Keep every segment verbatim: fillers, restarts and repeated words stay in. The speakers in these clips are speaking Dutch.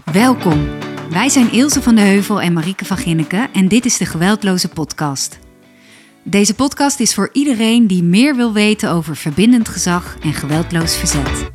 Welkom. Wij zijn Ilse van de Heuvel en Marieke van Ginneken en dit is de Geweldloze Podcast. Deze podcast is voor iedereen die meer wil weten over verbindend gezag en geweldloos verzet.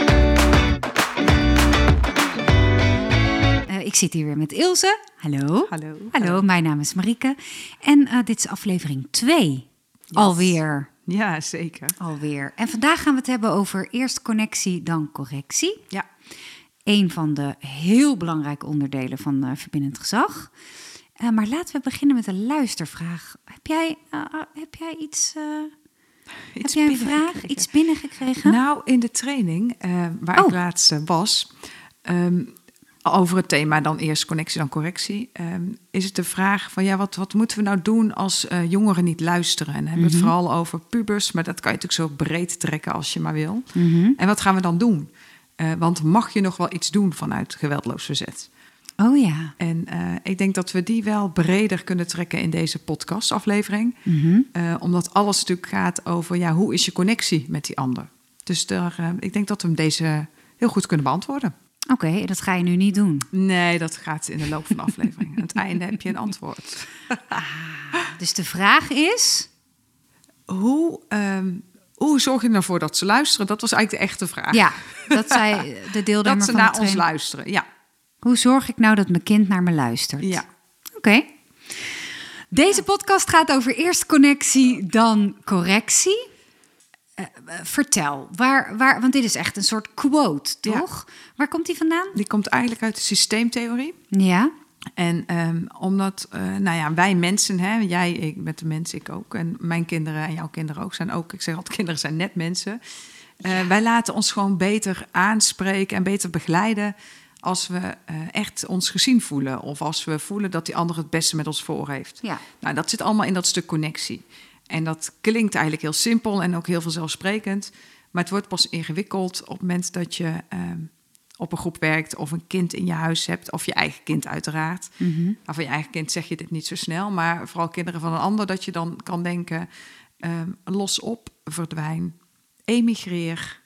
Uh, ik zit hier weer met Ilse. Hallo. Hallo. Hallo, mijn naam is Marieke. En uh, dit is aflevering twee. Yes. Alweer. Ja, zeker. Alweer. En vandaag gaan we het hebben over eerst connectie, dan correctie. Ja. Een van de heel belangrijke onderdelen van uh, verbindend gezag. Uh, maar laten we beginnen met een luistervraag. Heb jij, uh, uh, heb jij iets, uh, iets heb jij een vraag, iets binnengekregen? Nou, in de training uh, waar oh. ik laatst uh, was, um, over het thema dan eerst connectie, dan correctie, um, is het de vraag van ja, wat, wat moeten we nou doen als uh, jongeren niet luisteren? En dan hebben we het mm-hmm. vooral over pubers, maar dat kan je natuurlijk zo breed trekken als je maar wil. Mm-hmm. En wat gaan we dan doen? Uh, want mag je nog wel iets doen vanuit geweldloos verzet? Oh ja. En uh, ik denk dat we die wel breder kunnen trekken in deze podcastaflevering. Mm-hmm. Uh, omdat alles natuurlijk gaat over ja, hoe is je connectie met die ander? Dus daar, uh, ik denk dat we hem deze heel goed kunnen beantwoorden. Oké, okay, dat ga je nu niet doen. Nee, dat gaat in de loop van de aflevering. Aan het einde heb je een antwoord. ah, dus de vraag is? Hoe... Um, Hoe zorg je ervoor dat ze luisteren? Dat was eigenlijk de echte vraag. Ja, dat zij de deelnemer dat ze van naar de ons luisteren, ja. Hoe zorg ik nou dat mijn kind naar me luistert? Ja. Oké. Okay. Deze podcast gaat over eerst connectie, dan correctie. Uh, uh, vertel, waar, waar, want dit is echt een soort quote, toch? Ja. Waar komt die vandaan? Die komt eigenlijk uit de systeemtheorie. Ja. En um, omdat, uh, nou ja, wij mensen, hè, jij, ik met de mensen, ik ook. En mijn kinderen en jouw kinderen ook zijn ook, ik zeg altijd, kinderen zijn net mensen. Uh, ja. Wij laten ons gewoon beter aanspreken en beter begeleiden als we uh, echt ons gezien voelen. Of als we voelen dat die ander het beste met ons voor heeft. Ja. Nou, dat zit allemaal in dat stuk connectie. En dat klinkt eigenlijk heel simpel en ook heel vanzelfsprekend. Maar het wordt pas ingewikkeld op het moment dat je... Uh, op een groep werkt of een kind in je huis hebt... of je eigen kind uiteraard. Mm-hmm. Nou, van je eigen kind zeg je dit niet zo snel... maar vooral kinderen van een ander... dat je dan kan denken... Um, los op, verdwijn, emigreer,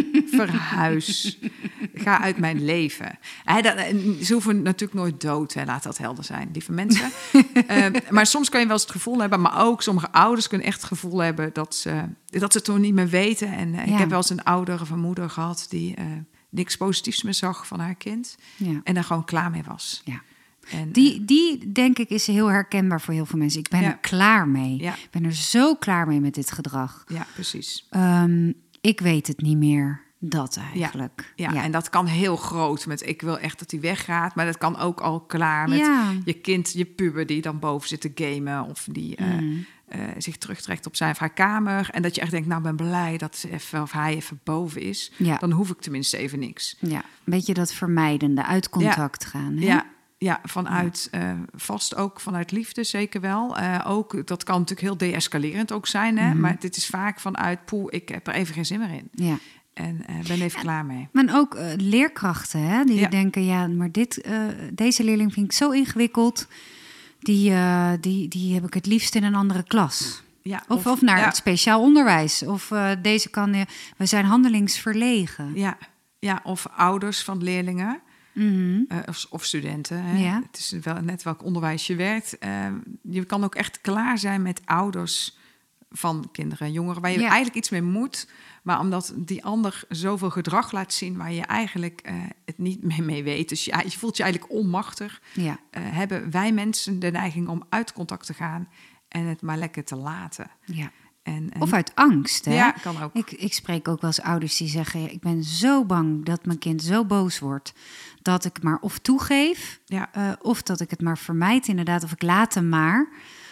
verhuis... ga uit mijn leven. He, dat, ze hoeven natuurlijk nooit dood, he, laat dat helder zijn, lieve mensen. um, maar soms kan je wel eens het gevoel hebben... maar ook sommige ouders kunnen echt het gevoel hebben... dat ze, dat ze het toch niet meer weten. En uh, ja. Ik heb wel eens een ouder of een moeder gehad... die... Uh, niks positiefs meer zag van haar kind. Ja. En daar gewoon klaar mee was. Ja. En, die, die, denk ik, is heel herkenbaar voor heel veel mensen. Ik ben ja. er klaar mee. Ja. Ik ben er zo klaar mee met dit gedrag. Ja, precies. Um, ik weet het niet meer. Dat eigenlijk. Ja, ja, ja, en dat kan heel groot. Met ik wil echt dat hij weggaat. Maar dat kan ook al klaar met ja. je kind, je puber... die dan boven zit te gamen... of die uh, mm. uh, zich terugtrekt op zijn of haar kamer. En dat je echt denkt, nou, ben blij dat ze even, of hij even boven is. Ja. Dan hoef ik tenminste even niks. Ja, een beetje dat vermijdende, uit contact ja. gaan. Hè? Ja, ja, vanuit ja. Uh, vast ook vanuit liefde, zeker wel. Uh, ook, dat kan natuurlijk heel de-escalerend ook zijn. Hè? Mm-hmm. Maar dit is vaak vanuit, poeh, ik heb er even geen zin meer in. Ja. En uh, ben even ja, klaar mee. Maar ook uh, leerkrachten, hè, die ja. denken... ja, maar dit, uh, deze leerling vind ik zo ingewikkeld... Die, uh, die, die heb ik het liefst in een andere klas. Ja, of, of, of naar ja. het speciaal onderwijs. Of uh, deze kan... Uh, we zijn handelingsverlegen. Ja, ja, of ouders van leerlingen... Mm-hmm. Uh, of, of studenten. Hè. Ja. Het is wel net welk onderwijs je werkt. Uh, je kan ook echt klaar zijn met ouders van kinderen en jongeren... waar je ja. eigenlijk iets mee moet... maar omdat die ander zoveel gedrag laat zien... waar je eigenlijk uh, het niet mee, mee weet. Dus je, je voelt je eigenlijk onmachtig. Ja. Uh, hebben wij mensen de neiging om uit contact te gaan... en het maar lekker te laten. Ja. En, en... Of uit angst, hè? Ja, kan ook. Ik, ik spreek ook wel eens ouders die zeggen... Ja, ik ben zo bang dat mijn kind zo boos wordt... dat ik maar of toegeef... Ja. Uh, of dat ik het maar vermijd, inderdaad. Of ik laat hem maar...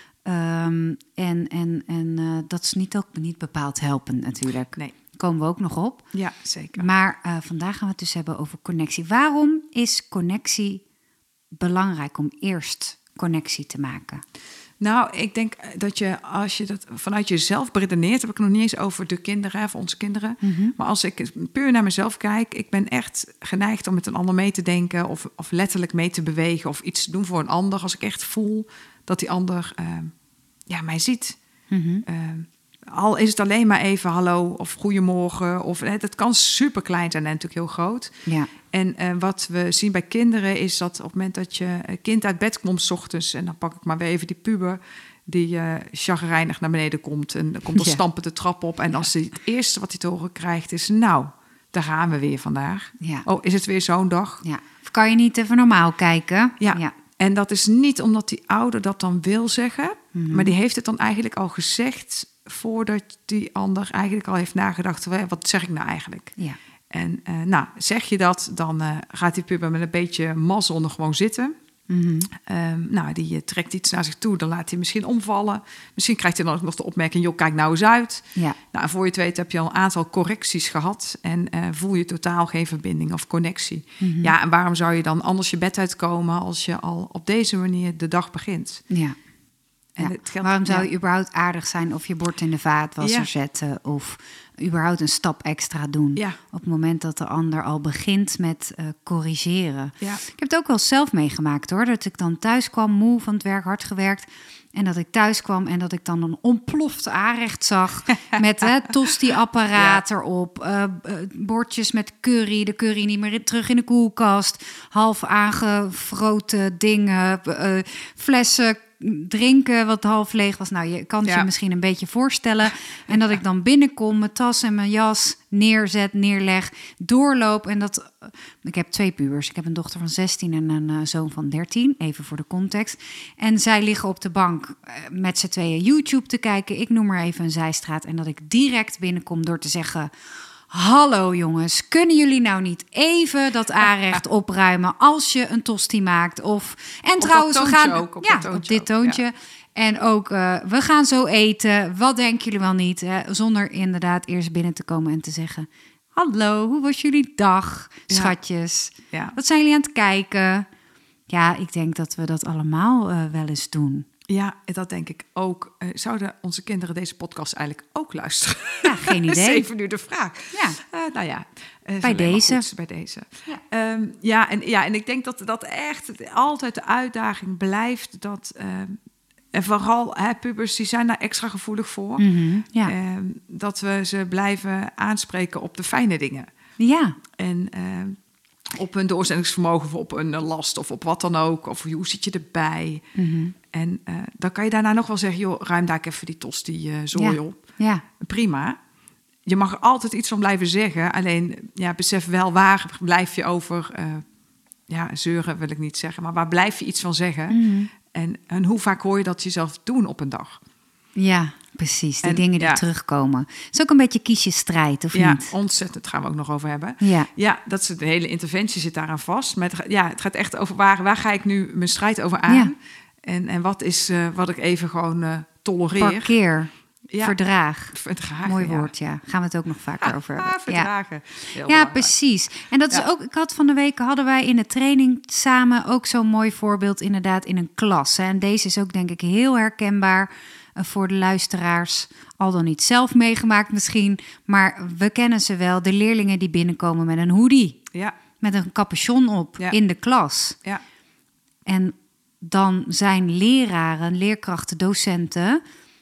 Um, en en, en uh, dat is niet, ook niet bepaald helpen natuurlijk. Nee. Komen we ook nog op. Ja, zeker. Maar uh, vandaag gaan we het dus hebben over connectie. Waarom is connectie belangrijk om eerst connectie te maken? Nou, ik denk dat je, als je dat vanuit jezelf beredeneert... heb ik nog niet eens over de kinderen, voor onze kinderen. Mm-hmm. Maar als ik puur naar mezelf kijk... ik ben echt geneigd om met een ander mee te denken... of, of letterlijk mee te bewegen of iets te doen voor een ander... als ik echt voel dat die ander uh, ja, mij ziet. Mm-hmm. Uh, al is het alleen maar even hallo of goedemorgen. Of, hè, dat kan super klein zijn en natuurlijk heel groot. Ja. En uh, wat we zien bij kinderen is dat op het moment dat je een kind uit bed komt 's ochtends... en dan pak ik maar weer even die puber... die uh, chagrijnig naar beneden komt en dan komt dan Ja. stampen de trap op. En als hij het eerste wat hij te horen krijgt is... nou, daar gaan we weer vandaag. Ja. Oh, is het weer zo'n dag? Ja. Of kan je niet even normaal kijken? Ja. Ja. En dat is niet omdat die ouder dat dan wil zeggen... Mhm. maar die heeft het dan eigenlijk al gezegd... voordat die ander eigenlijk al heeft nagedacht... wat zeg ik nou eigenlijk? Ja. En uh, nou, zeg je dat, dan uh, gaat die puber met een beetje mazzel nog gewoon zitten... Mhm. Um, nou, die uh, trekt iets naar zich toe, dan laat hij misschien omvallen. Misschien krijgt hij dan ook nog de opmerking, joh, kijk nou eens uit. Ja. Nou, en voor je het weet heb je al een aantal correcties gehad... en uh, voel je totaal geen verbinding of connectie. Mhm. Ja, en waarom zou je dan anders je bed uitkomen... als je al op deze manier de dag begint? Ja. En Ja. het geldt- Waarom zou je ja. überhaupt aardig zijn of je bord in de vaatwasser Ja. zetten... of überhaupt een stap extra doen... Ja. op het moment dat de ander al begint met uh, corrigeren. Ja. Ik heb het ook wel zelf meegemaakt hoor. Dat ik dan thuis kwam, moe van het werk, hard gewerkt... en dat ik thuis kwam en dat ik dan een ontplofte aanrecht zag... met hè, tosti-apparaat Ja. erop, uh, uh, bordjes met curry... de curry niet meer terug in de koelkast... half aangevroten dingen, uh, flessen... drinken wat half leeg was. Nou, je kan het Ja. je misschien een beetje voorstellen. En dat ik dan binnenkom, mijn tas en mijn jas neerzet, neerleg, doorloop. En dat... Ik heb twee pubers. Ik heb een dochter van zestien en een uh, zoon van dertien. Even voor de context. En zij liggen op de bank uh, met z'n tweeën YouTube te kijken. Ik noem maar even een zijstraat. En dat ik direct binnenkom door te zeggen... Hallo jongens, kunnen jullie nou niet even dat aanrecht opruimen als je een tosti maakt? Of en Op trouwens, dat we toontje gaan ook, op ja, dat toontje op dit ook, toontje. ja. En ook uh, we gaan zo eten. Wat denken jullie wel niet? Hè? Zonder inderdaad eerst binnen te komen en te zeggen: hallo, hoe was jullie dag, Ja. schatjes? Ja. Wat zijn jullie aan het kijken? Ja, ik denk dat we dat allemaal uh, wel eens doen. Ja, dat denk ik ook. Uh, zouden onze kinderen deze podcast eigenlijk ook luisteren? Ja, geen Dat is idee. even nu de vraag. Ja. Uh, nou ja, uh, is Bij alleen maar deze. goed, bij deze. Ja, um, ja, en, ja, en ik denk dat dat echt altijd de uitdaging blijft. Dat, uh, en vooral hè, pubers, die zijn daar extra gevoelig voor. Mm-hmm, ja. Um, dat we ze blijven aanspreken op de fijne dingen. Ja. En uh, op hun doorzettingsvermogen of op een last of op wat dan ook. Of hoe zit je erbij? Mm-hmm. En uh, dan kan je daarna nog wel zeggen... joh, ruim daar even die tosti uh, zooi Ja. op. Ja. Prima. Je mag er altijd iets van blijven zeggen. Alleen, ja, besef wel waar blijf je over... Uh, ja, zeuren wil ik niet zeggen... maar waar blijf je iets van zeggen? Mm-hmm. En, en hoe vaak hoor je dat jezelf doen op een dag? Ja, precies. Die En, dingen die ja. terugkomen. Het is ook een beetje kies je strijd, of Ja, niet? ontzettend. Daar gaan we ook nog over hebben. Ja. Ja, dat is de hele interventie zit daaraan vast. Maar het, ja, het gaat echt over waar, waar ga ik nu mijn strijd over aan? Ja. En, en wat is uh, wat ik even gewoon uh, tolereer? Parkeer. Ja. Verdraag. Verdragen, Mooi ja. woord, ja. Gaan we het ook nog vaker over hebben. Ah, verdragen. Heel Ja, belangrijk. precies. En dat is Ja. ook, ik had van de week, hadden wij in de training samen ook zo'n mooi voorbeeld inderdaad in een klas. Hè. En deze is ook denk ik heel herkenbaar uh, voor de luisteraars. Al dan niet zelf meegemaakt misschien, maar we kennen ze wel. De leerlingen die binnenkomen met een hoodie, Ja, met een capuchon op Ja. in de klas. ja, En dan zijn leraren, leerkrachten, docenten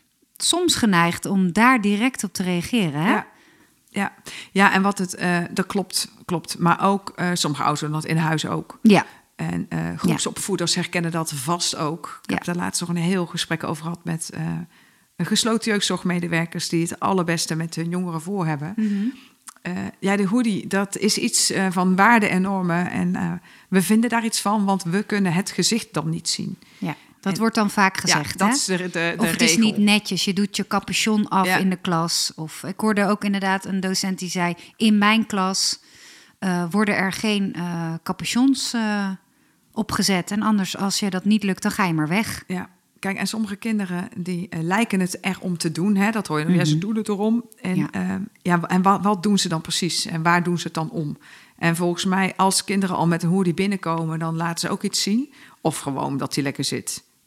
soms geneigd om daar direct op te reageren. Hè? ja. Ja, ja, en wat het, uh, dat klopt, klopt. Maar ook, uh, sommige ouders doen dat in huis ook. Ja. En uh, groepsopvoeders herkennen dat vast ook. Ik Ja. heb daar laatst nog een heel gesprek over gehad met uh, gesloten jeugdzorgmedewerkers die het allerbeste met hun jongeren voor hebben. Mm-hmm. Uh, ja, de hoodie, dat is iets uh, van waarde en normen. En uh, we vinden daar iets van, want we kunnen het gezicht dan niet zien. Ja, dat En- wordt dan vaak gezegd, ja, dat hè? is de, de, de Of het is regel. niet netjes, je doet je capuchon af Ja. in de klas. Of ik hoorde ook inderdaad een docent die zei... in mijn klas uh, worden er geen uh, capuchons uh, opgezet. En anders, als je dat niet lukt, dan ga je maar weg. Ja, kijk, en sommige kinderen die uh, lijken het erom te doen. Hè? Dat hoor je nog. Mhm. Ja, ze doen het erom. En, Ja. ja. Uh, ja, en wat, wat doen ze dan precies? En waar doen ze het dan om? En volgens mij, als kinderen al met een hoodie binnenkomen... dan laten ze ook iets zien. Of gewoon dat hij lekker zit.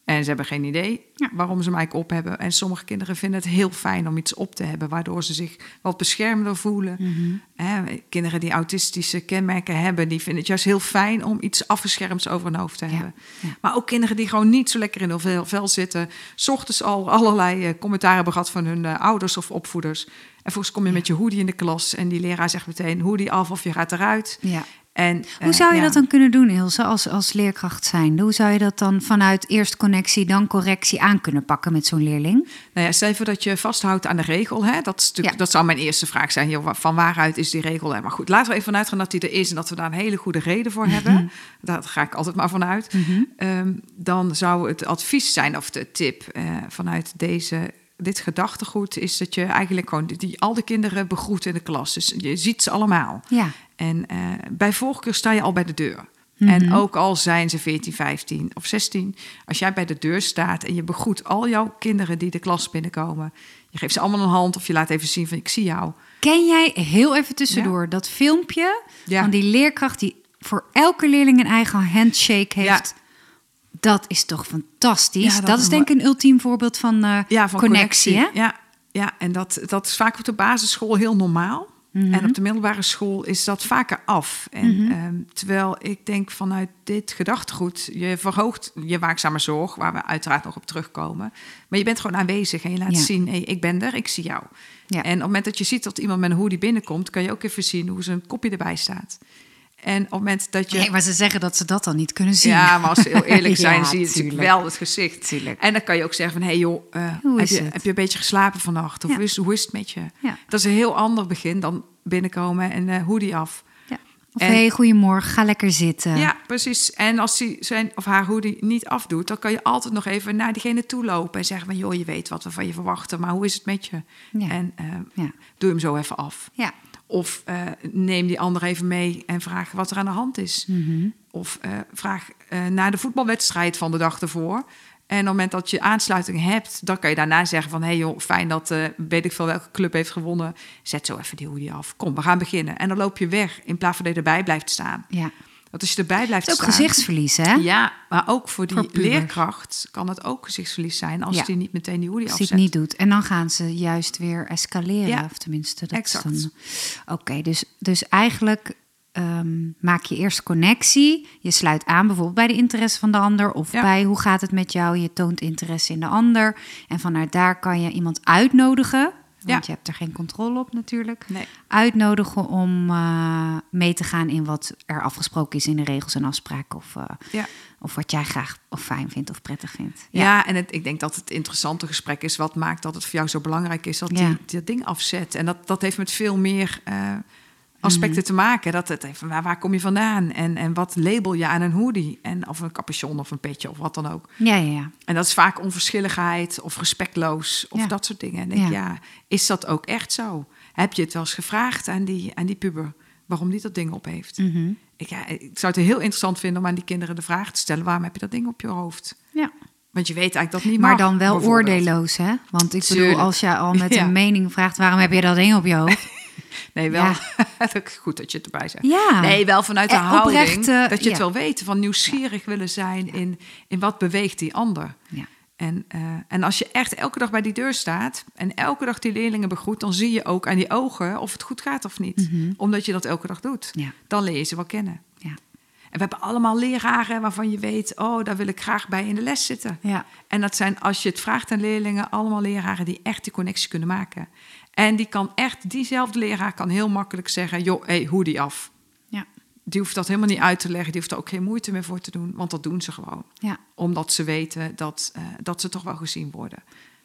En ze hebben geen idee Ja. waarom ze hem eigenlijk op hebben. En sommige kinderen vinden het heel fijn om iets op te hebben, waardoor ze zich wat beschermder voelen. Mm-hmm. Hè, kinderen die autistische kenmerken hebben, die vinden het juist heel fijn om iets afgeschermds over hun hoofd te Ja. hebben. Ja. Maar ook kinderen die gewoon niet zo lekker in hun vel, vel zitten, 's ochtends al allerlei uh, commentaar hebben gehad van hun uh, ouders of opvoeders. En volgens kom je Ja. met je hoodie in de klas en die leraar zegt meteen hoodie af of je gaat eruit. Ja. En, Hoe uh, zou je ja. dat dan kunnen doen, Ilse, als, als leerkracht zijnde? Hoe zou je dat dan vanuit eerst connectie, dan correctie aan kunnen pakken met zo'n leerling? Nou ja, stel even dat je vasthoudt aan de regel. Hè? Dat, is natuurlijk, Ja. dat zou mijn eerste vraag zijn. Joh, van waaruit is die regel? Maar goed, laten we even vanuit gaan dat die er is en dat we daar een hele goede reden voor hebben. Mm-hmm. Daar ga ik altijd maar vanuit. Mm-hmm. Um, dan zou het advies zijn, of de tip uh, vanuit deze, dit gedachtegoed, is dat je eigenlijk gewoon die, die, al de kinderen begroet in de klas. Dus je ziet ze allemaal. Ja. En uh, bij voorkeur sta je al bij de deur. Mm-hmm. En ook al zijn ze veertien, vijftien of zestien... als jij bij de deur staat en je begroet al jouw kinderen die de klas binnenkomen... je geeft ze allemaal een hand of je laat even zien van ik zie jou. Ken jij, heel even tussendoor, ja. dat filmpje Ja. van die leerkracht die voor elke leerling een eigen handshake heeft? Ja. Dat is toch fantastisch? Ja, dat, dat is is denk ik een ultiem voorbeeld van, uh, Ja, van connectie, connectie. hè? Ja, ja, en dat, dat is vaak op de basisschool heel normaal. Mm-hmm. En op de middelbare school is dat vaker af. En, Mm-hmm. um, terwijl ik denk vanuit dit gedachtegoed... je verhoogt je waakzame zorg, waar we uiteraard nog op terugkomen. Maar je bent gewoon aanwezig en je laat Ja. zien... Hey, ik ben er, ik zie jou. Ja. En op het moment dat je ziet dat iemand met een hoodie binnenkomt... kan je ook even zien hoe zijn kopje erbij staat. En op het moment dat je... Nee, maar ze zeggen dat ze dat dan niet kunnen zien. Ja, maar als ze heel eerlijk zijn, Ja, zie je natuurlijk tuurlijk. wel het gezicht. Tuurlijk. En dan kan je ook zeggen van, hé hey joh, uh, Hoe heb, is je, het? heb je een beetje geslapen vannacht? Of Ja. hoe, is, hoe is het met je? Ja. Dat is een heel ander begin dan binnenkomen en uh, hoodie af. Ja. Of En- hé, hey, goedemorgen, ga lekker zitten. Ja, precies. En als hij zijn of haar hoodie niet afdoet, dan kan je altijd nog even naar diegene toe lopen en zeggen van, joh, je weet wat we van je verwachten, maar hoe is het met je? Ja. En uh, Ja. doe hem zo even af. Ja. Of uh, neem die ander even mee en vraag wat er aan de hand is. Mm-hmm. Of uh, vraag uh, naar de voetbalwedstrijd van de dag ervoor. En op het moment dat je aansluiting hebt, dan kan je daarna zeggen van... hé hey joh, fijn dat uh, weet ik veel welke club heeft gewonnen. Zet zo even die hoodie af. Kom, we gaan beginnen. En dan loop je weg in plaats van dat je erbij blijft staan. Ja. Want als je erbij blijft Het is ook staan... gezichtsverlies, hè? Ja, maar ook voor die Voor pubers. leerkracht kan het ook gezichtsverlies zijn... als Ja. die niet meteen die hoodie Als hij afzet. het niet doet. En dan gaan ze juist weer escaleren. Ja, Of tenminste, dat exact. is dan... Oké, dus, dus eigenlijk um, maak je eerst connectie. Je sluit aan bijvoorbeeld bij de interesse van de ander. Of Ja. bij hoe gaat het met jou? Je toont interesse in de ander. En vanuit daar kan je iemand uitnodigen. Want Ja. je hebt er geen controle op natuurlijk. Nee. Uitnodigen om uh, mee te gaan in wat er afgesproken is in de regels en afspraken. Of, uh, Ja. of wat jij graag of fijn vindt of prettig vindt. Ja, en het, ik denk dat het interessante gesprek is... wat maakt dat het voor jou zo belangrijk is dat Ja. die, die dat ding afzet. En dat, dat heeft met veel meer uh, aspecten te maken. Dat het even, waar, waar kom je vandaan? En, en wat label je aan een hoodie? En, of een capuchon of een petje of wat dan ook. Ja, ja, ja. En dat is vaak onverschilligheid of respectloos of Ja. dat soort dingen. En ik denk, Ja. ja, is dat ook echt zo? Heb je het wel eens gevraagd aan die, aan die puber... waarom die dat ding op heeft? Mm-hmm. Ik, ja, ik zou het heel interessant vinden om aan die kinderen de vraag te stellen... waarom heb je dat ding op je hoofd? Ja. Want je weet eigenlijk dat niet Maar mag, dan wel bijvoorbeeld. oordeelloos, hè? Want ik bedoel, Tuurlijk. als je al met Ja. een mening vraagt... waarom heb je dat ding op je hoofd? Nee, wel. Ja. Goed dat je het erbij zegt. Ja. Nee, wel vanuit de En houding. oprecht, uh, dat je het ja. wel weet. Van nieuwsgierig willen zijn in, in wat beweegt die ander. Ja. En, uh, en als je echt elke dag bij die deur staat... en elke dag die leerlingen begroet... dan zie je ook aan die ogen of het goed gaat of niet. Mm-hmm. Omdat je dat elke dag doet. Ja. Dan leer je ze wel kennen. Ja. En we hebben allemaal leraren waarvan je weet... oh, daar wil ik graag bij in de les zitten. Ja. En dat zijn, als je het vraagt aan leerlingen... allemaal leraren die echt die connectie kunnen maken. En die kan echt, diezelfde leraar kan heel makkelijk zeggen... joh, hey, hoodie af. Ja. Die hoeft dat helemaal niet uit te leggen. Die hoeft er ook geen moeite meer voor te doen. Want dat doen ze gewoon. Ja. Omdat ze weten dat, uh, dat ze toch wel gezien worden.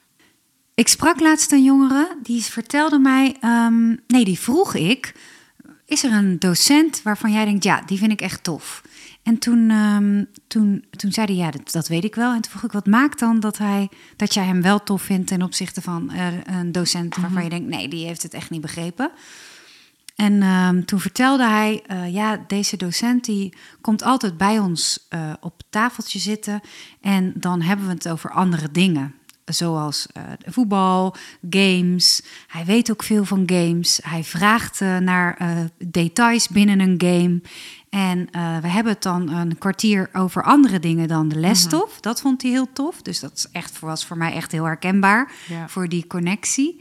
Ik sprak laatst een jongere, die vertelde mij... Um, nee, die vroeg ik... is er een docent waarvan jij denkt... ja, die vind ik echt tof. En toen, um, toen, toen zei hij, ja, dat, dat weet ik wel. En toen vroeg ik, wat maakt dan dat, hij, dat jij hem wel tof vindt... ten opzichte van uh, een docent waarvan mm-hmm. je denkt... nee, die heeft het echt niet begrepen. En um, toen vertelde hij, uh, ja, deze docent die komt altijd bij ons uh, op het tafeltje zitten... en dan hebben we het over andere dingen. zoals uh, voetbal, games. Hij weet ook veel van games. Hij vraagt uh, naar uh, details binnen een game. En uh, we hebben het dan een kwartier over andere dingen dan de lesstof. Mm-hmm. Dat vond hij heel tof. Dus dat is echt, was voor mij echt heel herkenbaar ja. voor die connectie.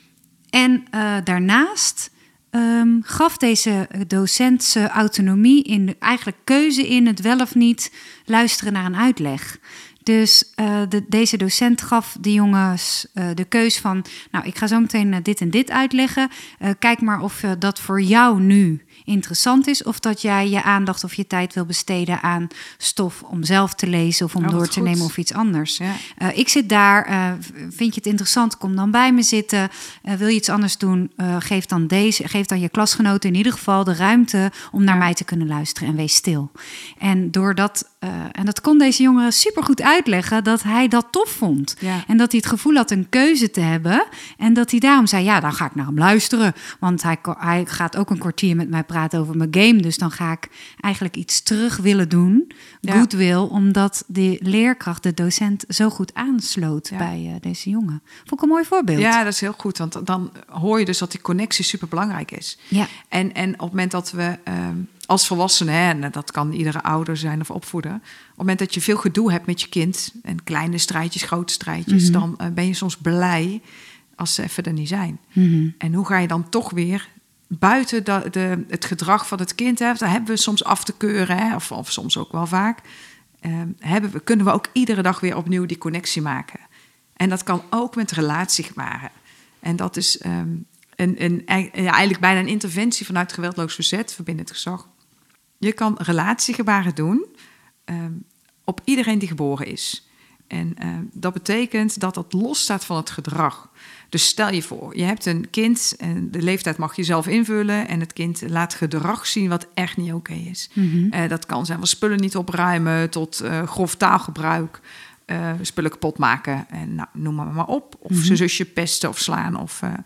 En uh, daarnaast um, gaf deze docent zijn autonomie in de, eigenlijk keuze in het wel of niet luisteren naar een uitleg. Dus uh, de, deze docent gaf de jongens uh, de keus van... nou, ik ga zo meteen uh, dit en dit uitleggen. Uh, kijk maar of uh, dat voor jou nu interessant is... of dat jij je aandacht of je tijd wil besteden aan stof... om zelf te lezen of om oh, door te goed. nemen of iets anders. Ja. Uh, ik zit daar, uh, vind je het interessant, kom dan bij me zitten. Uh, wil je iets anders doen, uh, geef, dan deze, geef dan je klasgenoten in ieder geval de ruimte... om naar ja. mij te kunnen luisteren en wees stil. En doordat... Uh, en dat kon deze jongen supergoed uitleggen... dat hij dat tof vond. Ja. En dat hij het gevoel had een keuze te hebben. En dat hij daarom zei, ja, dan ga ik naar hem luisteren. Want hij, hij gaat ook een kwartier met mij praten over mijn game. Dus dan ga ik eigenlijk iets terug willen doen. Ja. Goodwill, omdat de leerkracht, de docent... zo goed aansloot ja. bij uh, deze jongen. Vond ik een mooi voorbeeld. Ja, dat is heel goed. Want dan hoor je dus dat die connectie superbelangrijk is. Ja. En, en op het moment dat we... Um, als volwassene, en dat kan iedere ouder zijn of opvoeder... op het moment dat je veel gedoe hebt met je kind... en kleine strijdjes, grote strijdjes... Mm-hmm. dan uh, ben je soms blij als ze even er niet zijn. Mm-hmm. En hoe ga je dan toch weer buiten de, de, het gedrag van het kind... Hè, daar hebben we soms af te keuren, hè, of, of soms ook wel vaak... Uh, hebben we, kunnen we ook iedere dag weer opnieuw die connectie maken. En dat kan ook met relatiegebaren. En dat is um, een, een, ja, eigenlijk bijna een interventie... vanuit geweldloos verzet, verbindend gezag... Je kan relatiegebaren doen um, op iedereen die geboren is. En uh, dat betekent dat dat losstaat van het gedrag. Dus stel je voor, je hebt een kind... en de leeftijd mag je zelf invullen... en het kind laat gedrag zien wat echt niet oké is. Mm-hmm. Uh, dat kan zijn van spullen niet opruimen... tot uh, grof taalgebruik, uh, spullen kapot maken... en nou, noem maar maar op. Of mm-hmm. zijn zusje pesten of slaan... of uh,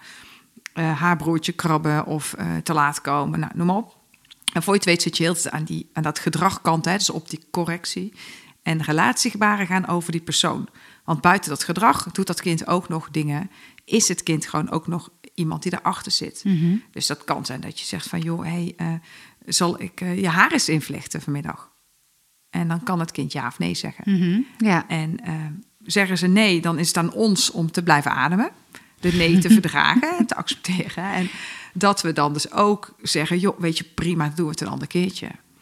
uh, haar broertje krabben of uh, te laat komen. Nou, noem maar op. En voor je het weet zit je heel aan, die, aan dat gedragkant, hè, dus op die correctie. En relatiegebaren gaan over die persoon. Want buiten dat gedrag doet dat kind ook nog dingen. Is het kind gewoon ook nog iemand die daarachter zit. Mm-hmm. Dus dat kan zijn dat je zegt van... joh, hey, uh, zal ik uh, je haar eens invlechten vanmiddag? En dan kan het kind ja of nee zeggen. Mm-hmm. Ja. En uh, zeggen ze nee, dan is het aan ons om te blijven ademen. De nee te verdragen, te accepteren. En dat we dan dus ook zeggen... joh, weet je, prima, doen we het een ander keertje.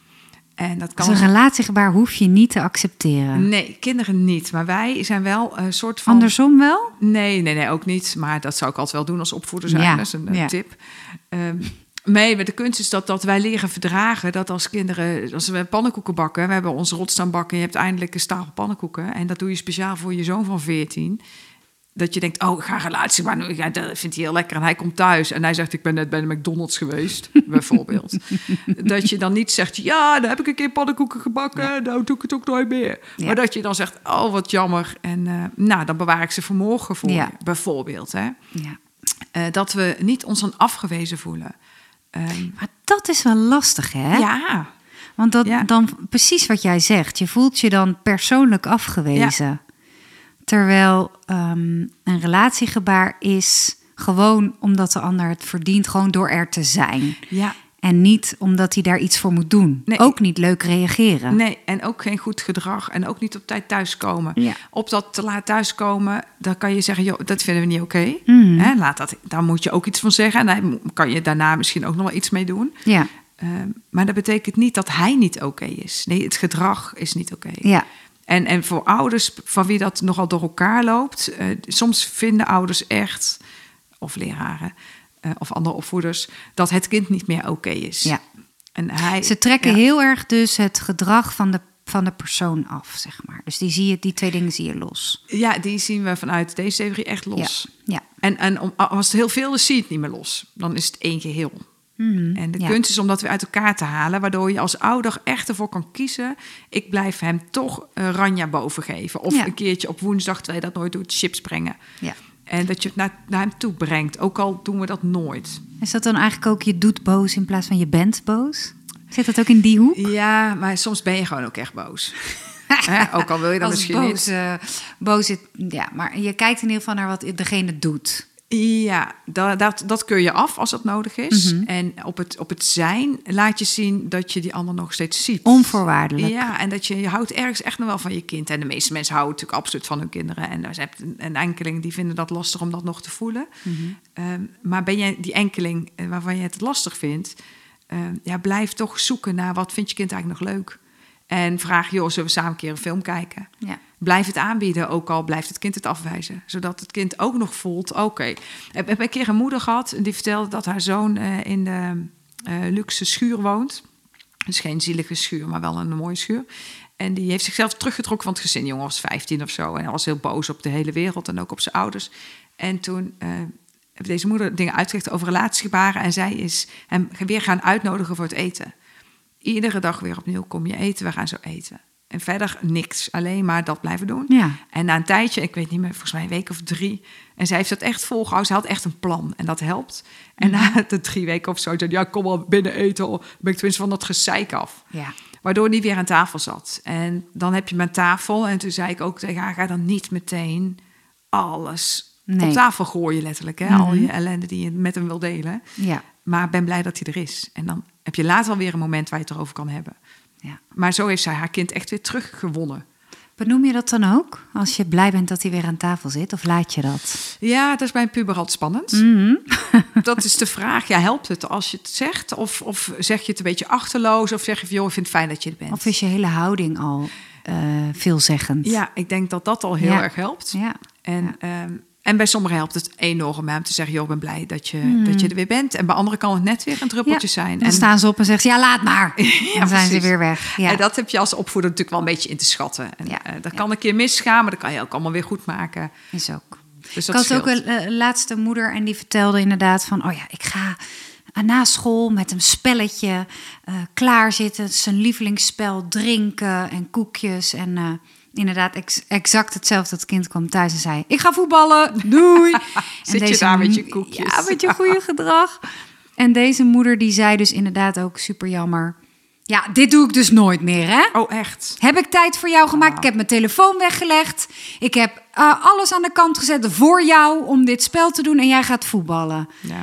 En dat kan dus een relatiegebaar hoef je niet te accepteren? Nee, kinderen niet. Maar wij zijn wel een soort van... Andersom wel? Nee, nee, nee, ook niet. Maar dat zou ik altijd wel doen als opvoeder zijn. Ja. Dat is een ja. tip. Um, nee, de kunst is dat, dat wij leren verdragen... dat als kinderen, als we pannenkoeken bakken... we hebben onze rot staan bakken... je hebt eindelijk een stapel pannenkoeken... en dat doe je speciaal voor je zoon van veertien... dat je denkt, oh, ik ga een relatie, maar ja, dat vindt hij heel lekker. En hij komt thuis en hij zegt, ik ben net bij de McDonald's geweest, bijvoorbeeld. Dat je dan niet zegt, ja, dan heb ik een keer pannenkoeken gebakken, ja. nou doe ik het ook nooit meer. Ja. Maar dat je dan zegt, oh, wat jammer. En uh, nou, dan bewaar ik ze voor morgen voor, ja. bijvoorbeeld. Hè. Ja. Uh, dat we niet ons dan afgewezen voelen. Um, maar dat is wel lastig, hè? Ja. Want dat, ja. dan precies wat jij zegt, je voelt je dan persoonlijk afgewezen. Ja. Terwijl um, een relatiegebaar is gewoon omdat de ander het verdient... gewoon door er te zijn. Ja. En niet omdat hij daar iets voor moet doen. Nee. Ook niet leuk reageren. Nee, en ook geen goed gedrag. En ook niet op tijd thuiskomen. Ja. Op dat te laat thuiskomen, dan kan je zeggen... joh, dat vinden we niet oké. Okay. Mm. Hè, laat dat, daar moet je ook iets van zeggen. En daar kan je daarna misschien ook nog wel iets mee doen. Ja. Uh, maar dat betekent niet dat hij niet oké okay is. Nee, het gedrag is niet oké. Okay. Ja. En, en voor ouders van wie dat nogal door elkaar loopt... Uh, soms vinden ouders echt, of leraren uh, of andere opvoeders... dat het kind niet meer oké okay is. Ja. En hij, Ze trekken ja. heel erg dus het gedrag van de, van de persoon af, zeg maar. Dus die, zie je, die twee dingen zie je los. Ja, die zien we vanuit deze theorie echt los. Ja. Ja. En, en om, als het heel veel is, zie je het niet meer los. Dan is het één geheel. Mm-hmm. En de ja. kunst is om dat weer uit elkaar te halen... waardoor je als ouder echt ervoor kan kiezen... ik blijf hem toch uh, Ranja boven geven. Of ja. een keertje op woensdag, terwijl je dat nooit doet, chips brengen. Ja. En dat je het naar, naar hem toe brengt. Ook al doen we dat nooit. Is dat dan eigenlijk ook je doet boos in plaats van je bent boos? Zit dat ook in die hoek? Ja, maar soms ben je gewoon ook echt boos. Hè? Ook al wil je dat Als misschien boos, niet. uh, boos het, ja, maar je kijkt in ieder geval naar wat degene doet. Ja, dat, dat, dat keur je af als dat nodig is. Mm-hmm. En op het, op het zijn laat je zien dat je die ander nog steeds ziet. Onvoorwaardelijk. Ja, en dat je, je houdt ergens echt nog wel van je kind. En de meeste mensen houden natuurlijk absoluut van hun kinderen. En er hebt een, een enkeling die vinden dat lastig om dat nog te voelen. Mm-hmm. Um, maar ben jij die enkeling waarvan je het lastig vindt... Um, ja, blijf toch zoeken naar wat vindt je kind eigenlijk nog leuk. En vraag, joh, zullen we samen een keer een film kijken? Ja. Blijf het aanbieden, ook al blijft het kind het afwijzen. Zodat het kind ook nog voelt, oké. Okay. Ik heb een keer een moeder gehad die vertelde dat haar zoon uh, in de uh, luxe schuur woont. Dus geen zielige schuur, maar wel een mooie schuur. En die heeft zichzelf teruggetrokken van het gezin. De jongen was vijftien of zo. En hij was heel boos op de hele wereld en ook op zijn ouders. En toen uh, heeft deze moeder dingen uitgelegd over relatiegebaren. En zij is hem weer gaan uitnodigen voor het eten. Iedere dag weer opnieuw, kom je eten, we gaan zo eten. En verder niks, alleen maar dat blijven doen. Ja. En na een tijdje, ik weet niet meer, volgens mij een week of drie... en zij heeft dat echt volgehouden, ze had echt een plan en dat helpt. En mm-hmm. na de drie weken of zo, zei ja, kom wel binnen eten... ben ik tenminste van dat gezeik af. Ja. Waardoor die weer aan tafel zat. En dan heb je mijn tafel en toen zei ik ook tegen haar... ga dan niet meteen alles nee. op tafel gooien letterlijk. Hè? Mm-hmm. Al je ellende die je met hem wil delen. Ja. Maar ben blij dat hij er is. En dan heb je later alweer een moment waar je het erover kan hebben. Ja. Maar zo heeft zij haar kind echt weer teruggewonnen. Benoem je dat dan ook? Als je blij bent dat hij weer aan tafel zit? Of laat je dat? Ja, dat is bij een puber altijd spannend. Mm-hmm. Dat is de vraag. Ja, helpt het als je het zegt? Of, of zeg je het een beetje achterloos? Of zeg je van, joh, ik vind het fijn dat je er bent? Of is je hele houding al uh, veelzeggend? Ja, ik denk dat dat al heel ja. erg helpt. Ja. En... Ja. Um, En bij sommigen helpt het enorm om te zeggen... joh, ik ben blij dat je, mm. dat je er weer bent. En bij anderen kan het net weer een druppeltje ja, zijn. Dan en... staan ze op en zeggen ze, ja, laat maar. ja, dan zijn precies. ze weer weg. Ja. En dat heb je als opvoeder natuurlijk wel een beetje in te schatten. En, ja, uh, dat ja. kan een keer misgaan, maar dat kan je ook allemaal weer goed maken. Is ook. Dus ik had ook een uh, laatste moeder en die vertelde inderdaad van... oh ja, ik ga na school met een spelletje uh, klaarzitten. Zijn lievelingsspel, drinken en koekjes en... Uh, Inderdaad, ex- exact hetzelfde. Het kind kwam thuis en zei... ik ga voetballen, doei. Zit en deze, je daar met je koekjes? Ja, met je goede gedrag. En deze moeder die zei dus inderdaad ook super jammer... ja, dit doe ik dus nooit meer, hè? Oh, echt? Heb ik tijd voor jou gemaakt? Oh. Ik heb mijn telefoon weggelegd. Ik heb uh, alles aan de kant gezet voor jou om dit spel te doen... en jij gaat voetballen. Ja.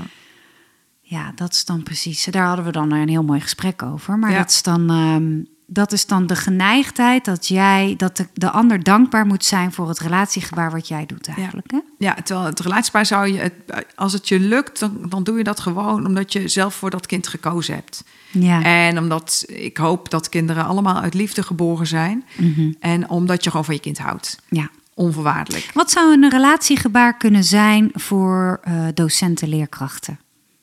Ja, dat is dan precies... daar hadden we dan een heel mooi gesprek over. Maar ja. dat is dan... Um, Dat is dan de geneigdheid dat jij dat de, de ander dankbaar moet zijn voor het relatiegebaar wat jij doet eigenlijk. Ja, hè? ja terwijl het relatiegebaar zou je, het, als het je lukt, dan, dan doe je dat gewoon omdat je zelf voor dat kind gekozen hebt. Ja. En omdat ik hoop dat kinderen allemaal uit liefde geboren zijn. Mm-hmm. En omdat je gewoon van je kind houdt. Ja. Onvoorwaardelijk. Wat zou een relatiegebaar kunnen zijn voor uh, docenten, leerkrachten?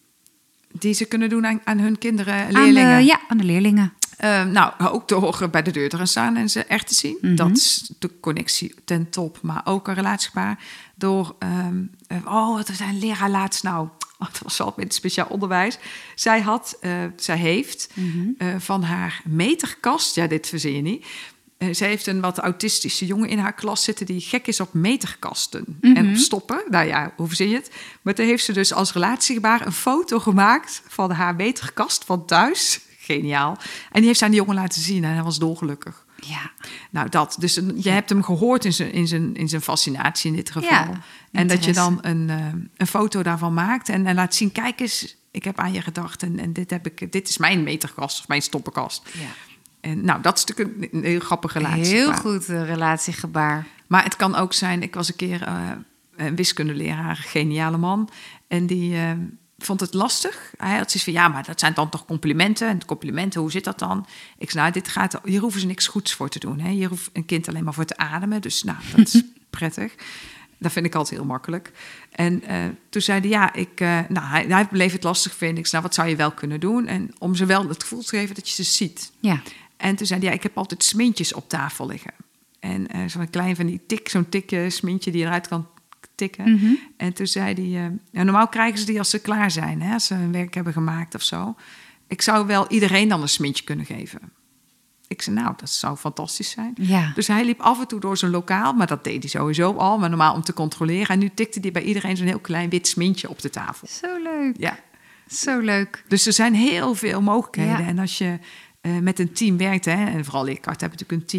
Die ze kunnen doen aan, aan hun kinderen, leerlingen? Aan de, ja, aan de leerlingen. Uh, nou, ook door bij de deur te gaan staan en ze echt te zien. Mm-hmm. Dat is de connectie ten top. Maar ook een relatiegebaar door... Um, uh, oh, wat was een leraar laatst nou? Oh, dat was wel met speciaal onderwijs. Zij had, uh, zij heeft mm-hmm. uh, van haar meterkast... Ja, dit verzin je niet... Uh, zij heeft een wat autistische jongen in haar klas zitten... die gek is op meterkasten mm-hmm. en op stoppen. Nou ja, hoe verzin je het? Maar toen heeft ze dus als relatiegebaar een foto gemaakt... van haar meterkast van thuis... Geniaal. En die heeft ze aan die jongen laten zien en hij was dolgelukkig. Ja. Nou, dat. Dus je ja. hebt hem gehoord in zijn, in, zijn, in zijn fascinatie in dit geval. Ja, en dat je dan een, uh, een foto daarvan maakt en, en laat zien... kijk eens, ik heb aan je gedacht en, en dit, heb ik, dit is mijn meterkast of mijn stoppenkast. Ja. En nou, dat is natuurlijk een, een heel grappig relatiegebaar. Heel goed uh, relatiegebaar. Maar het kan ook zijn... Ik was een keer uh, een wiskundeleraar, een geniale man. En die... Uh, vond het lastig. Hij had zoiets van, ja, maar dat zijn dan toch complimenten? En complimenten, hoe zit dat dan? Ik zei, nou, dit gaat, hier hoeven ze niks goeds voor te doen. Hè? Hier hoeft een kind alleen maar voor te ademen. Dus nou, dat is prettig. Dat vind ik altijd heel makkelijk. En uh, toen zei hij, ja, ik, uh, nou, hij, hij bleef het lastig vinden. Ik zei, nou, wat zou je wel kunnen doen? En om ze wel het gevoel te geven dat je ze ziet. Ja. En toen zei hij, ja, ik heb altijd smintjes op tafel liggen. En uh, zo'n klein van die tik, zo'n tikje smintje die eruit kan tikken. Mm-hmm. En toen zei hij... Uh, ja, normaal krijgen ze die als ze klaar zijn. Hè, als ze hun werk hebben gemaakt of zo. Ik zou wel iedereen dan een smintje kunnen geven. Ik zei, nou, dat zou fantastisch zijn. Ja. Dus hij liep af en toe door zijn lokaal. Maar dat deed hij sowieso al. Maar normaal om te controleren. En nu tikte hij bij iedereen zo'n heel klein wit smintje op de tafel. Zo leuk. Ja. Zo leuk. Dus er zijn heel veel mogelijkheden. Ja. En als je uh, met een team werkt... Hè, en vooral leerkrachten hebben natuurlijk een team...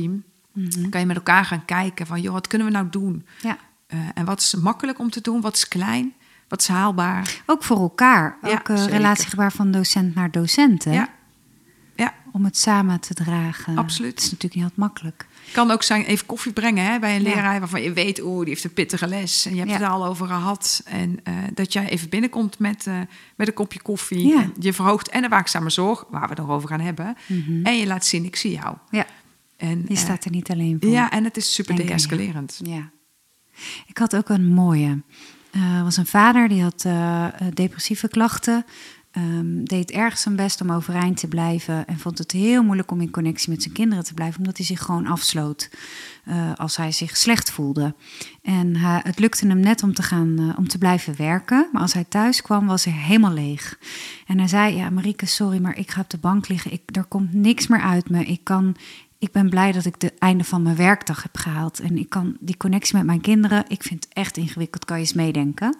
Mm-hmm. Kan je met elkaar gaan kijken van, joh, wat kunnen we nou doen? Ja. Uh, en wat is makkelijk om te doen? Wat is klein? Wat is haalbaar? Ook voor elkaar. Ja, ook uh, relatiegebaar van docent naar docent. Hè? Ja. Ja. Om het samen te dragen. Absoluut. Het is natuurlijk niet altijd makkelijk. Kan ook zijn even koffie brengen hè, bij een Ja. leraar waarvan je weet, oeh, die heeft een pittige les. En je hebt Ja. het er al over gehad. En uh, dat jij even binnenkomt met, uh, met een kopje koffie. Ja. En je verhoogt en de waakzame zorg, waar we het nog over gaan hebben. Mm-hmm. En je laat zien, ik zie jou. Ja. En, Je uh, staat er niet alleen voor. Ja, en het is super Denk aan de-escalerend. Ja. Ik had ook een mooie. Er uh, was een vader die had uh, depressieve klachten. Um, deed erg zijn best om overeind te blijven. En vond het heel moeilijk om in connectie met zijn kinderen te blijven. Omdat hij zich gewoon afsloot. Uh, als hij zich slecht voelde. En uh, het lukte hem net om te, gaan, uh, om te blijven werken. Maar als hij thuis kwam, was hij helemaal leeg. En hij zei, ja Marieke, sorry, maar ik ga op de bank liggen. Ik, er komt niks meer uit me. Ik kan... Ik ben blij dat ik het einde van mijn werkdag heb gehaald. En ik kan die connectie met mijn kinderen... Ik vind het echt ingewikkeld, kan je eens meedenken.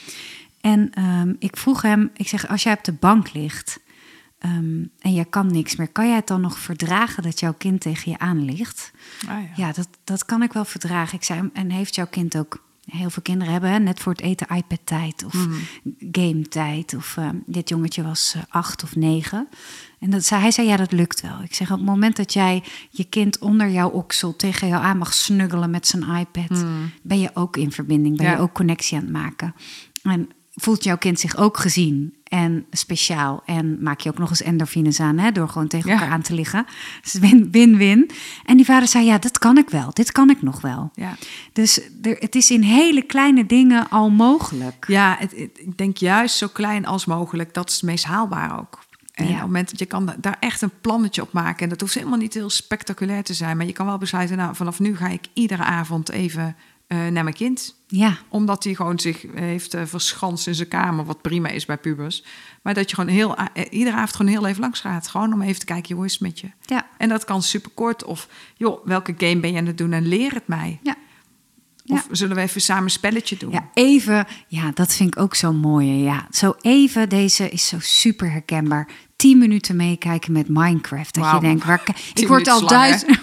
En um, ik vroeg hem... Ik zeg, als jij op de bank ligt... Um, en je kan niks meer... kan jij het dan nog verdragen dat jouw kind tegen je aan ligt? Ah, ja, ja dat, dat kan ik wel verdragen. Ik zei, en heeft jouw kind ook... Heel veel kinderen hebben hè, net voor het eten iPad-tijd of mm. game-tijd. Of uh, dit jongetje was uh, acht of negen. En dat zei, hij zei, ja, dat lukt wel. Ik zeg, op het moment dat jij je kind onder jouw oksel tegen jou aan mag snuggelen met zijn iPad... Mm. ben je ook in verbinding, ben ja. je ook connectie aan het maken. En voelt jouw kind zich ook gezien en speciaal. En maak je ook nog eens endorfines aan, hè, door gewoon tegen elkaar ja. aan te liggen. Dus win-win-win. En die vader zei, ja, dat kan ik wel. Dit kan ik nog wel. Ja. Dus er, het is in hele kleine dingen al mogelijk. Ja, het, het, ik denk juist zo klein als mogelijk. Dat is het meest haalbaar ook. En ja. op het moment dat je kan daar echt een plannetje op maken. En dat hoeft helemaal niet heel spectaculair te zijn. Maar je kan wel besluiten, nou, vanaf nu ga ik iedere avond even uh, naar mijn kind. Ja. Omdat hij gewoon zich heeft uh, verschanst in zijn kamer. Wat prima is bij pubers. Maar dat je gewoon heel, uh, iedere avond gewoon heel even langs gaat. Gewoon om even te kijken, hoe is het met je? Ja. En dat kan superkort. Of, joh, welke game ben je aan het doen? En leer het mij. Ja. Of ja. zullen we even samen een spelletje doen? Ja, even. Ja, dat vind ik ook zo mooi. Ja, zo even. Deze is zo super herkenbaar. Tien minuten meekijken met Minecraft. Dat wow. je denkt, waar, ik word al duizelig.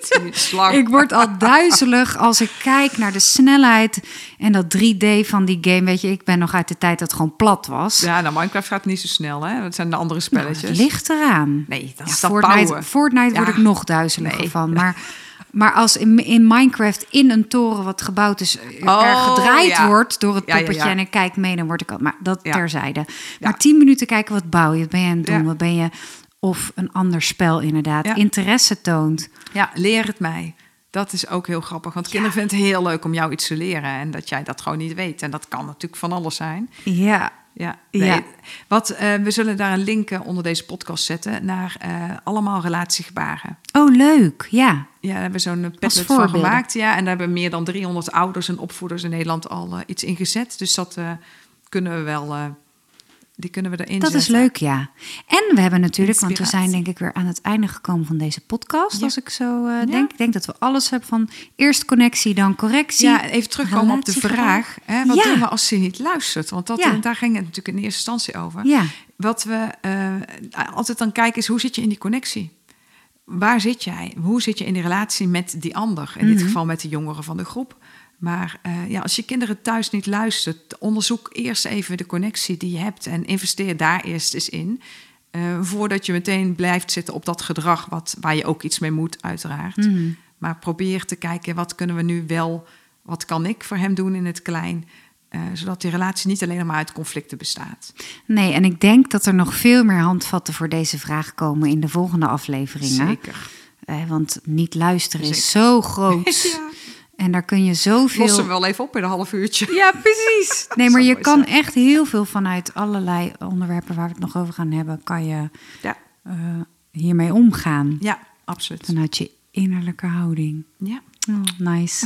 Ik word al duizelig als ik kijk naar de snelheid en dat drie D van die game. Weet je, ik ben nog uit de tijd dat het gewoon plat was. Ja, nou, Minecraft gaat niet zo snel, hè? Dat zijn de andere spelletjes. Nou, het ligt eraan. Nee, dat ja, is dat Fortnite, bouwen. Fortnite ja. word ik nog duizeliger nee. van. Maar, maar als in, in Minecraft in een toren wat gebouwd is, oh, er gedraaid ja. wordt door het poppetje ja, ja, ja. en ik kijk mee, dan word ik al. Maar dat ja. terzijde. Ja. Maar tien minuten kijken, wat bouw je? Wat ben je aan het doen? Ja. Wat ben je? Of een ander spel inderdaad. Ja. Interesse toont. Ja, leer het mij. Dat is ook heel grappig. Want kinderen ja. vinden het heel leuk om jou iets te leren. En dat jij dat gewoon niet weet. En dat kan natuurlijk van alles zijn. Ja. Ja, nee. ja. Wat, uh, we zullen daar een link uh, onder deze podcast zetten naar uh, allemaal relatiegebaren. Oh, leuk. Ja. Ja, daar hebben we zo'n Padlet van gemaakt. Ja, en daar hebben meer dan driehonderd ouders en opvoeders in Nederland al uh, iets in gezet. Dus dat uh, kunnen we wel... Uh, Die kunnen we erin Dat zetten. is leuk, ja. En we hebben natuurlijk, want we zijn denk ik weer aan het einde gekomen van deze podcast, ja. als ik zo uh, ja. denk. Ik denk dat we alles hebben van eerst connectie, dan correctie. Ja, even terugkomen op de vraag. Hè, wat ja. doen we als ze niet luistert? Want dat, ja. daar ging het natuurlijk in eerste instantie over. Ja. Wat we uh, altijd dan kijken is, hoe zit je in die connectie? Waar zit jij? Hoe zit je in die relatie met die ander? In mm-hmm. dit geval met de jongeren van de groep. Maar uh, ja, als je kinderen thuis niet luistert, onderzoek eerst even de connectie die je hebt en investeer daar eerst eens in. Uh, voordat je meteen blijft zitten op dat gedrag wat, waar je ook iets mee moet, uiteraard. Mm. Maar probeer te kijken, wat kunnen we nu wel, wat kan ik voor hem doen in het klein? Uh, zodat die relatie niet alleen maar uit conflicten bestaat. Nee, en ik denk dat er nog veel meer handvatten voor deze vraag komen in de volgende afleveringen. Zeker. Uh, want niet luisteren Zeker. is zo groot. Ja. En daar kun je zoveel... Los hem wel even op in een half uurtje. Ja, precies. Nee, maar je kan zijn. echt heel veel vanuit allerlei onderwerpen waar we het nog over gaan hebben, kan je ja. uh, hiermee omgaan. Ja, absoluut. Vanuit je innerlijke houding. Ja. Oh, nice.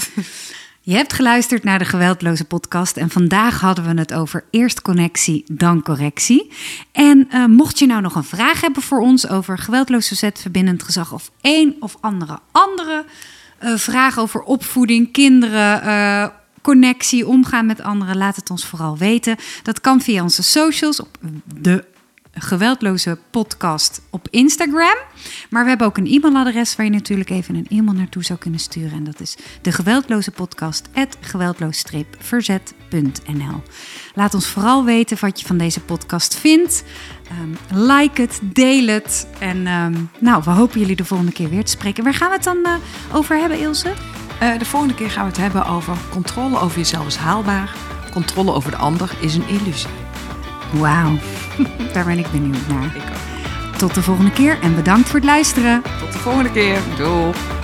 Je hebt geluisterd naar de Geweldloze podcast en vandaag hadden we het over eerst connectie, dan correctie. En uh, mocht je nou nog een vraag hebben voor ons over geweldloos verzet, verbindend gezag of één of andere andere uh, vraag over opvoeding, kinderen, uh, connectie, omgaan met anderen, laat het ons vooral weten. Dat kan via onze socials op de Geweldloze Podcast op Instagram. Maar we hebben ook een e-mailadres waar je natuurlijk even een e-mail naartoe zou kunnen sturen. En dat is de geweldloze podcast at geweldloos verzet punt n l. Laat ons vooral weten wat je van deze podcast vindt. Um, like het, deel het. En um, nou, we hopen jullie de volgende keer weer te spreken. Waar gaan we het dan uh, over hebben, Ilse? Uh, de volgende keer gaan we het hebben over controle over jezelf is haalbaar. Controle over de ander is een illusie. Wauw, daar ben ik benieuwd naar. Ik ook. Tot de volgende keer en bedankt voor het luisteren. Tot de volgende keer. Doei.